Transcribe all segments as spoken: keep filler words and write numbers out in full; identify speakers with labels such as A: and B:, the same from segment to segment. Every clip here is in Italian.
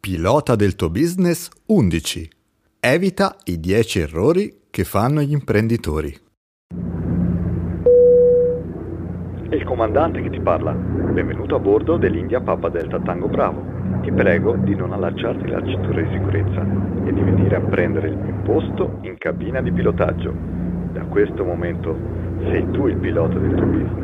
A: Pilota del tuo business undici. Evita i dieci errori che fanno gli imprenditori.
B: È il comandante che ti parla. Benvenuto a bordo dell'India Papa Delta Tango Bravo. Ti prego di non allacciarti la cintura di sicurezza e di venire a prendere il mio posto in cabina di pilotaggio. Da questo momento sei tu il pilota del tuo business.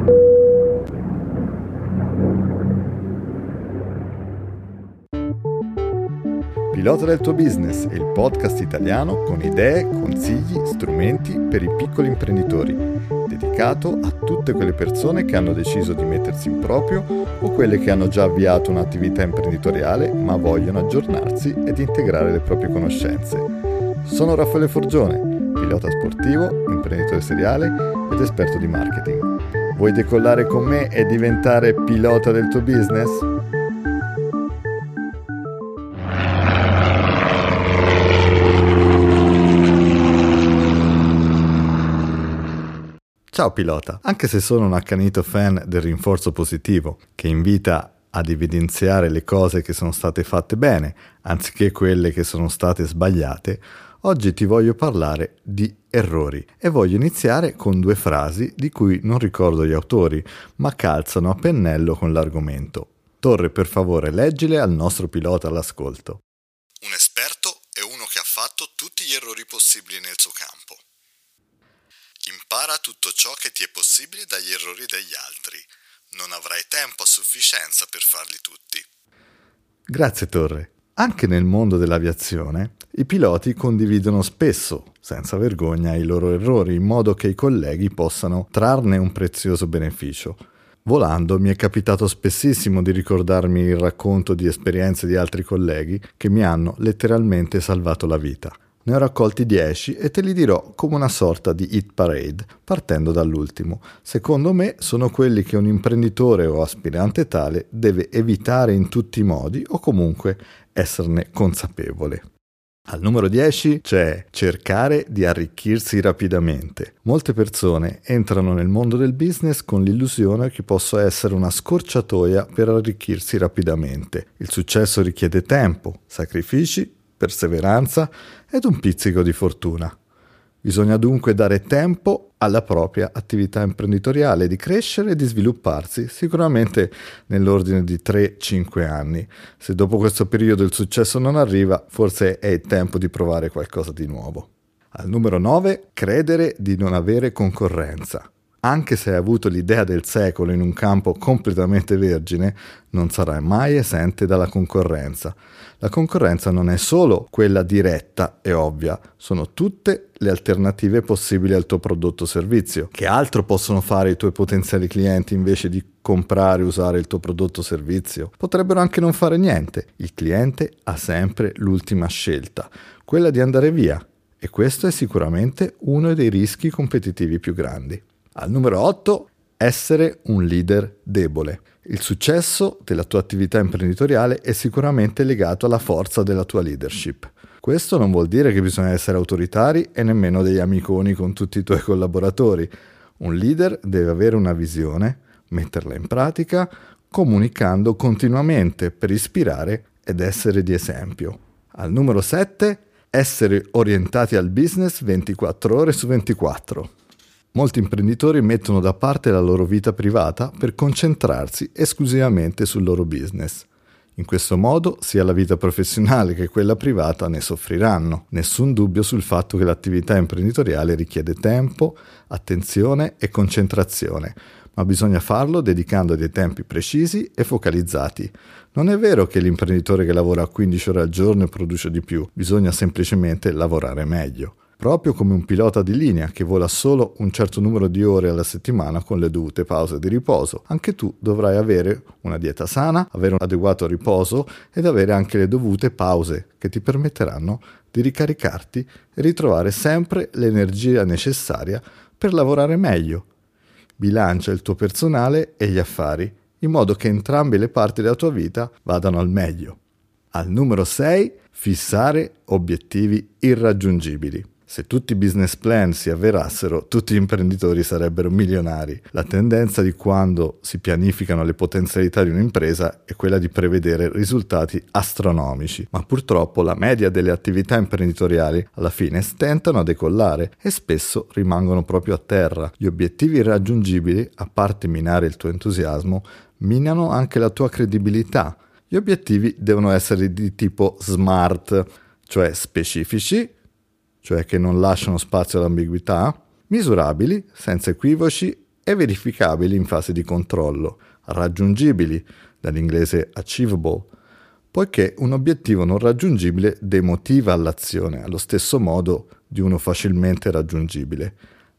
A: Pilota del tuo business è il podcast italiano con idee, consigli, strumenti per i piccoli imprenditori, dedicato a tutte quelle persone che hanno deciso di mettersi in proprio o quelle che hanno già avviato un'attività imprenditoriale ma vogliono aggiornarsi ed integrare le proprie conoscenze. Sono Raffaele Forgione, pilota sportivo, imprenditore seriale ed esperto di marketing. Vuoi decollare con me e diventare pilota del tuo business? Ciao pilota, anche se sono un accanito fan del rinforzo positivo, che invita ad evidenziare le cose che sono state fatte bene, anziché quelle che sono state sbagliate, oggi ti voglio parlare di errori e voglio iniziare con due frasi di cui non ricordo gli autori, ma calzano a pennello con l'argomento. Torre, per favore, leggile al nostro pilota all'ascolto.
C: Un esperto è uno che ha fatto tutti gli errori possibili nel suo campo. Impara tutto ciò che ti è possibile dagli errori degli altri. Non avrai tempo a sufficienza per farli tutti.
A: Grazie Torre. Anche nel mondo dell'aviazione, i piloti condividono spesso, senza vergogna, i loro errori in modo che i colleghi possano trarne un prezioso beneficio. Volando mi è capitato spessissimo di ricordarmi il racconto di esperienze di altri colleghi che mi hanno letteralmente salvato la vita. Ne ho raccolti dieci e te li dirò come una sorta di hit parade, partendo dall'ultimo. Secondo me sono quelli che un imprenditore o aspirante tale deve evitare in tutti i modi o comunque esserne consapevole. Al numero dieci c'è cercare di arricchirsi rapidamente. Molte persone entrano nel mondo del business con l'illusione che possa essere una scorciatoia per arricchirsi rapidamente. Il successo richiede tempo, sacrifici, perseveranza ed un pizzico di fortuna. Bisogna dunque dare tempo alla propria attività imprenditoriale di crescere e di svilupparsi, sicuramente nell'ordine di tre cinque anni. Se dopo questo periodo il successo non arriva, forse è il tempo di provare qualcosa di nuovo. Al numero nove, credere di non avere concorrenza. Anche se hai avuto l'idea del secolo in un campo completamente vergine, non sarai mai esente dalla concorrenza. La concorrenza non è solo quella diretta e ovvia, sono tutte le alternative possibili al tuo prodotto o servizio. Che altro possono fare i tuoi potenziali clienti invece di comprare e usare il tuo prodotto o servizio? Potrebbero anche non fare niente. Il cliente ha sempre l'ultima scelta, quella di andare via, e questo è sicuramente uno dei rischi competitivi più grandi. Al numero otto, essere un leader debole. Il successo della tua attività imprenditoriale è sicuramente legato alla forza della tua leadership. Questo non vuol dire che bisogna essere autoritari e nemmeno degli amiconi con tutti i tuoi collaboratori. Un leader deve avere una visione, metterla in pratica, comunicando continuamente per ispirare ed essere di esempio. Al numero sette, essere orientati al business ventiquattro ore su ventiquattro. Molti imprenditori mettono da parte la loro vita privata per concentrarsi esclusivamente sul loro business. In questo modo sia la vita professionale che quella privata ne soffriranno. Nessun dubbio sul fatto che l'attività imprenditoriale richiede tempo, attenzione e concentrazione, ma bisogna farlo dedicando dei tempi precisi e focalizzati. Non è vero che l'imprenditore che lavora quindici ore al giorno produce di più, bisogna semplicemente lavorare meglio. Proprio come un pilota di linea che vola solo un certo numero di ore alla settimana con le dovute pause di riposo, anche tu dovrai avere una dieta sana, avere un adeguato riposo ed avere anche le dovute pause che ti permetteranno di ricaricarti e ritrovare sempre l'energia necessaria per lavorare meglio. Bilancia il tuo personale e gli affari in modo che entrambe le parti della tua vita vadano al meglio. Al numero sei, fissare obiettivi irraggiungibili. Se tutti i business plan si avverassero, tutti gli imprenditori sarebbero milionari. La tendenza di quando si pianificano le potenzialità di un'impresa è quella di prevedere risultati astronomici, ma purtroppo la media delle attività imprenditoriali alla fine stentano a decollare e spesso rimangono proprio a terra. Gli obiettivi irraggiungibili, a parte minare il tuo entusiasmo, minano anche la tua credibilità. Gli obiettivi devono essere di tipo SMART, cioè specifici, cioè che non lasciano spazio all'ambiguità, misurabili, senza equivoci e verificabili in fase di controllo, raggiungibili, dall'inglese achievable, poiché un obiettivo non raggiungibile demotiva all'azione, allo stesso modo di uno facilmente raggiungibile.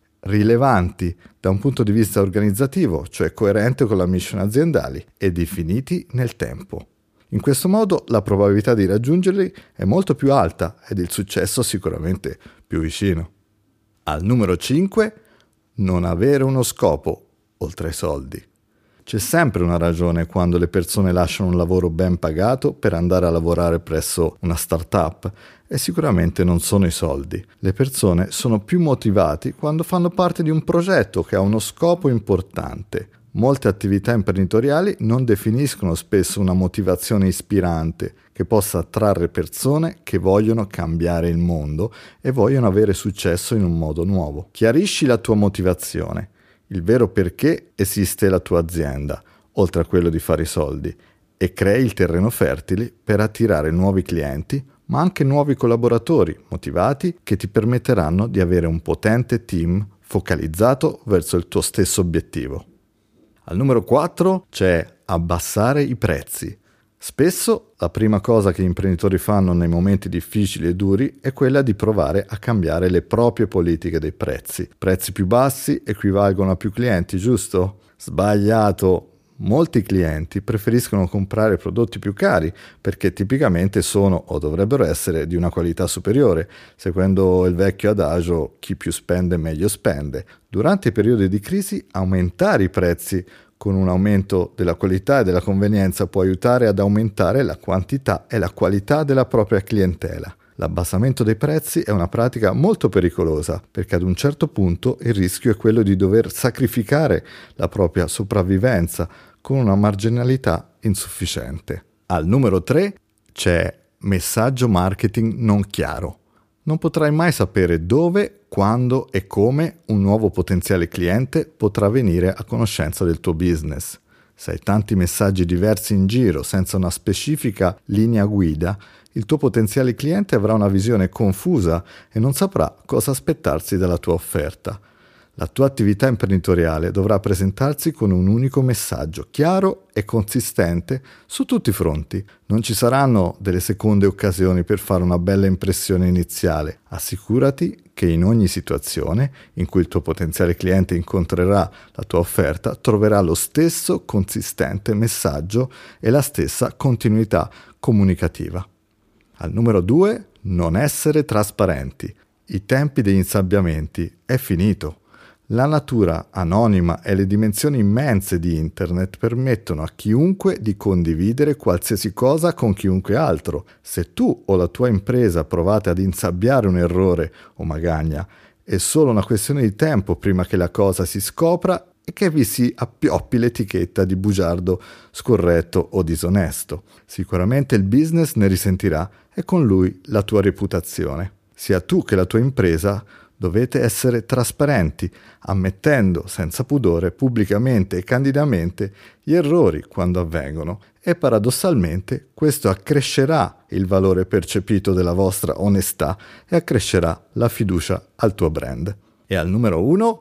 A: Rilevanti da un punto di vista organizzativo, cioè coerente con la mission aziendali, e definiti nel tempo. In questo modo la probabilità di raggiungerli è molto più alta ed il successo sicuramente più vicino. Al numero cinque, non avere uno scopo oltre ai soldi. C'è sempre una ragione quando le persone lasciano un lavoro ben pagato per andare a lavorare presso una startup e sicuramente non sono i soldi. Le persone sono più motivati quando fanno parte di un progetto che ha uno scopo importante. Molte attività imprenditoriali non definiscono spesso una motivazione ispirante che possa attrarre persone che vogliono cambiare il mondo e vogliono avere successo in un modo nuovo. Chiarisci la tua motivazione, il vero perché esiste la tua azienda, oltre a quello di fare i soldi, e crei il terreno fertile per attirare nuovi clienti, ma anche nuovi collaboratori motivati che ti permetteranno di avere un potente team focalizzato verso il tuo stesso obiettivo. Al numero quattro c'è abbassare i prezzi. Spesso la prima cosa che gli imprenditori fanno nei momenti difficili e duri è quella di provare a cambiare le proprie politiche dei prezzi. Prezzi più bassi equivalgono a più clienti, giusto? Sbagliato! Molti clienti preferiscono comprare prodotti più cari perché tipicamente sono o dovrebbero essere di una qualità superiore, seguendo il vecchio adagio chi più spende meglio spende. Durante i periodi di crisi aumentare i prezzi con un aumento della qualità e della convenienza può aiutare ad aumentare la quantità e la qualità della propria clientela. L'abbassamento dei prezzi è una pratica molto pericolosa perché ad un certo punto il rischio è quello di dover sacrificare la propria sopravvivenza con una marginalità insufficiente. Al numero tre c'è messaggio marketing non chiaro. Non potrai mai sapere dove, quando e come un nuovo potenziale cliente potrà venire a conoscenza del tuo business. Se hai tanti messaggi diversi in giro senza una specifica linea guida, il tuo potenziale cliente avrà una visione confusa e non saprà cosa aspettarsi dalla tua offerta. La tua attività imprenditoriale dovrà presentarsi con un unico messaggio, chiaro e consistente su tutti i fronti. Non ci saranno delle seconde occasioni per fare una bella impressione iniziale. Assicurati che in ogni situazione in cui il tuo potenziale cliente incontrerà la tua offerta, troverà lo stesso consistente messaggio e la stessa continuità comunicativa. Al numero due, non essere trasparenti. I tempi degli insabbiamenti è finito. La natura anonima e le dimensioni immense di Internet permettono a chiunque di condividere qualsiasi cosa con chiunque altro. Se tu o la tua impresa provate ad insabbiare un errore o magagna, è solo una questione di tempo prima che la cosa si scopra e che vi si appioppi l'etichetta di bugiardo, scorretto o disonesto. Sicuramente il business ne risentirà e con lui la tua reputazione. Sia tu che la tua impresa dovete essere trasparenti, ammettendo senza pudore pubblicamente e candidamente gli errori quando avvengono e paradossalmente questo accrescerà il valore percepito della vostra onestà e accrescerà la fiducia al tuo brand. E al numero uno,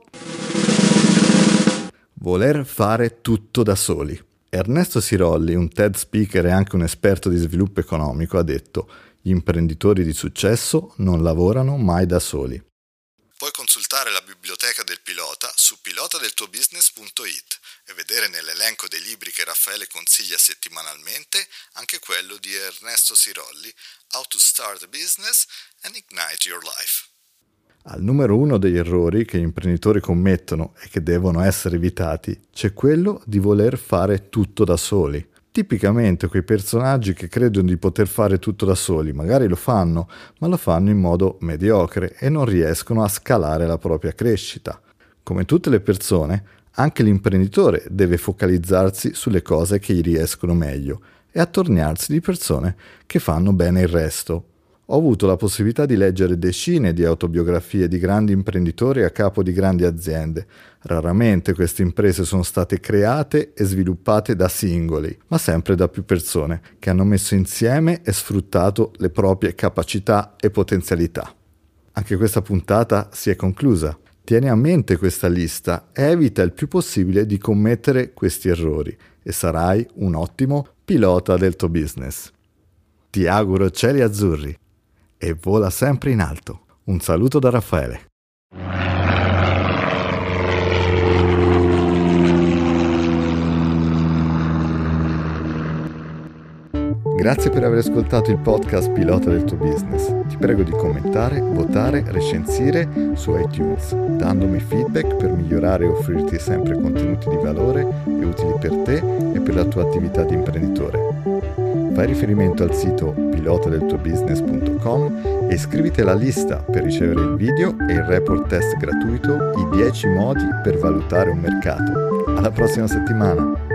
A: voler fare tutto da soli. Ernesto Sirolli, un TED speaker e anche un esperto di sviluppo economico, ha detto: gli imprenditori di successo non lavorano mai da soli.
C: Puoi consultare la biblioteca del pilota su pilota del tuo business punto it e vedere nell'elenco dei libri che Raffaele consiglia settimanalmente anche quello di Ernesto Sirolli, How to Start a Business and Ignite Your Life.
A: Al numero uno degli errori che gli imprenditori commettono e che devono essere evitati c'è quello di voler fare tutto da soli. Tipicamente quei personaggi che credono di poter fare tutto da soli, magari lo fanno, ma lo fanno in modo mediocre e non riescono a scalare la propria crescita. Come tutte le persone, anche l'imprenditore deve focalizzarsi sulle cose che gli riescono meglio e attorniarsi di persone che fanno bene il resto. Ho avuto la possibilità di leggere decine di autobiografie di grandi imprenditori a capo di grandi aziende. Raramente queste imprese sono state create e sviluppate da singoli, ma sempre da più persone che hanno messo insieme e sfruttato le proprie capacità e potenzialità. Anche questa puntata si è conclusa. Tieni a mente questa lista e evita il più possibile di commettere questi errori e sarai un ottimo pilota del tuo business. Ti auguro cieli azzurri e vola sempre in alto. Un saluto da Raffaele. Grazie per aver ascoltato il podcast Pilota del tuo business. Ti prego di commentare, votare, recensire su iTunes, dandomi feedback per migliorare e offrirti sempre contenuti di valore e utili per te e per la tua attività di imprenditore. Fai riferimento al sito pilota del tuo business punto com e iscriviti alla lista per ricevere il video e il report test gratuito I dieci modi per valutare un mercato. Alla prossima settimana!